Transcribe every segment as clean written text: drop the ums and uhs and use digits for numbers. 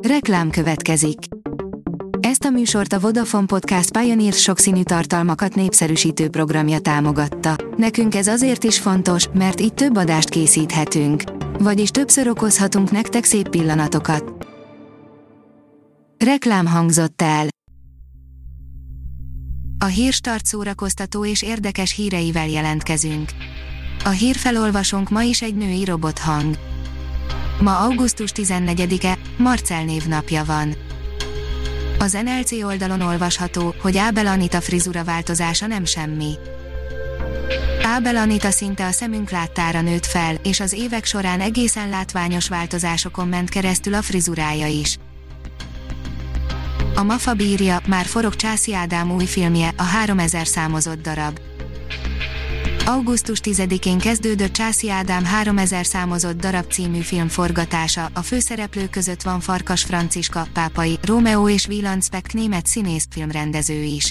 Reklám következik. Ezt a műsort a Vodafone Podcast Pioneer sokszínű tartalmakat népszerűsítő programja támogatta. Nekünk ez azért is fontos, mert így több adást készíthetünk. Vagyis többször okozhatunk nektek szép pillanatokat. Reklám hangzott el. A Hírstart szórakoztató és érdekes híreivel jelentkezünk. A hírfelolvasónk ma is egy női robothang. Ma augusztus 14-e, Marcell névnapja van. Az NLC oldalon olvasható, hogy Ábel Anita frizura változása nem semmi. Ábel Anita szinte a szemünk láttára nőtt fel, és az évek során egészen látványos változásokon ment keresztül a frizurája is. A MAFA bírja, már forog Császi Ádám új filmje, a 3000 számozott darab. Augusztus 10-én kezdődött Császi Ádám 3000 számozott darab című film forgatása, a főszereplők között van Farkas Franciska, Pápai, Rómeó és Wieland Speck német színész, filmrendező is.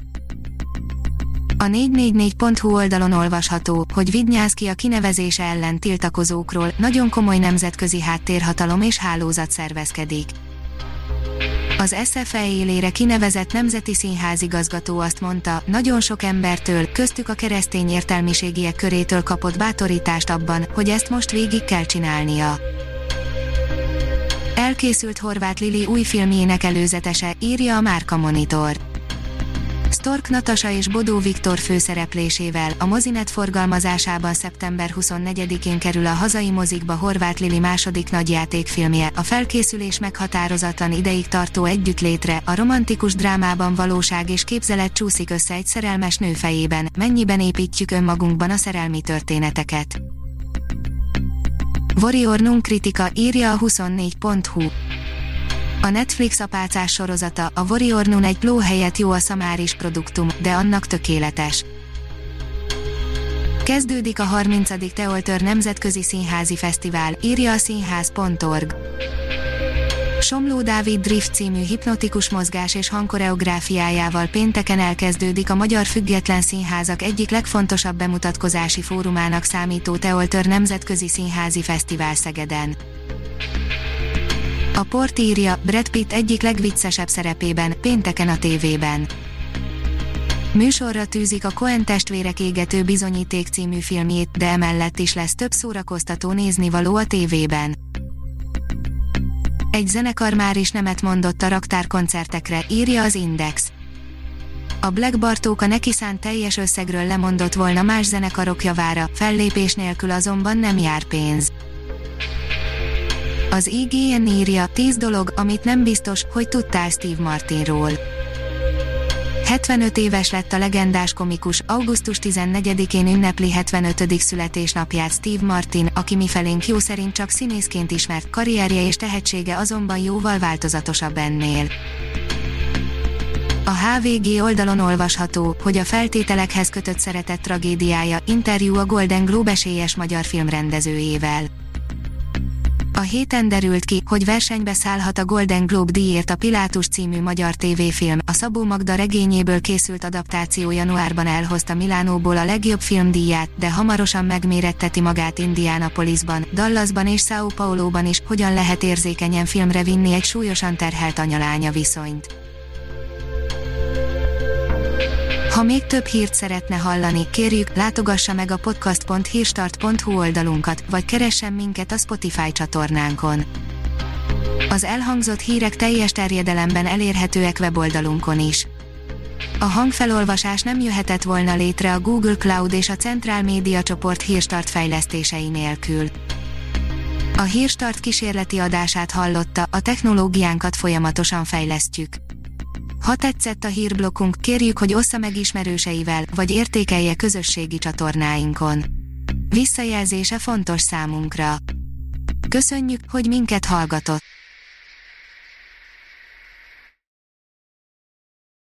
A 444.hu oldalon olvasható, hogy Vidnyánszky a kinevezése ellen tiltakozókról, nagyon komoly nemzetközi háttérhatalom és hálózat szervezkedik. Az SFE élére kinevezett nemzeti színházigazgató azt mondta, nagyon sok embertől, köztük a keresztény értelmiségiek körétől kapott bátorítást abban, hogy ezt most végig kell csinálnia. Elkészült Horváth Lili új filmjének előzetese, írja a Márka Monitor. Stork Natasha és Bodó Viktor főszereplésével, a Mozinet forgalmazásában szeptember 24-én kerül a hazai mozikba Horváth Lili második nagyjátékfilmje, a felkészülés meghatározatlan ideig tartó együttlétre, a romantikus drámában valóság és képzelet csúszik össze egy szerelmes nő fejében, mennyiben építjük önmagunkban a szerelmi történeteket. Warrior Nun kritika, írja a 24.hu. A Netflix apácás sorozata, a Warrior Nun egy ló helyett jó a szamáris produktum, de annak tökéletes. Kezdődik a 30. Theater Nemzetközi Színházi Fesztivál, írja a színház.org. Somló Dávid Drift című hipnotikus mozgás és hangkoreográfiájával pénteken elkezdődik a Magyar Független Színházak egyik legfontosabb bemutatkozási fórumának számító Theater Nemzetközi Színházi Fesztivál Szegeden. A Port írja, Brad Pitt egyik legviccesebb szerepében, pénteken a tévében. Műsorra tűzik a Coen testvérek égető bizonyíték című filmjét, de emellett is lesz több szórakoztató néznivaló a tévében. Egy zenekar már is nemet mondott a raktárkoncertekre, írja az Index. A Black Bartók a neki szánt teljes összegről lemondott volna más zenekarok javára, fellépés nélkül azonban nem jár pénz. Az IGN írja, 10 dolog, amit nem biztos, hogy tudtál Steve Martinról. 75 éves lett a legendás komikus, augusztus 14-én ünnepli 75. születésnapját Steve Martin, aki mifelénk jó szerint csak színészként ismert, karrierje és tehetsége azonban jóval változatosabb ennél. A HVG oldalon olvasható, hogy a feltételekhez kötött szeretet tragédiája, interjú a Golden Globe esélyes magyar filmrendezőjével. A héten derült ki, hogy versenybe szállhat a Golden Globe díjért a Pilátus című magyar tévéfilm, a Szabó Magda regényéből készült adaptáció januárban elhozta Milánóból a legjobb filmdíját, de hamarosan megméretteti magát Indianapolisban, Dallasban és São Pauloban is, hogyan lehet érzékenyen filmre vinni egy súlyosan terhelt anya-lánya viszonyt. Ha még több hírt szeretne hallani, kérjük, látogassa meg a podcast.hírstart.hu oldalunkat, vagy keressen minket a Spotify csatornánkon. Az elhangzott hírek teljes terjedelemben elérhetőek weboldalunkon is. A hangfelolvasás nem jöhetett volna létre a Google Cloud és a Centrál Média csoport Hírstart fejlesztései nélkül. A Hírstart kísérleti adását hallotta, a technológiánkat folyamatosan fejlesztjük. Ha tetszett a hírblokkunk, kérjük, hogy ossza meg ismerőseivel, vagy értékelje közösségi csatornáinkon. Visszajelzése fontos számunkra. Köszönjük, hogy minket hallgatott!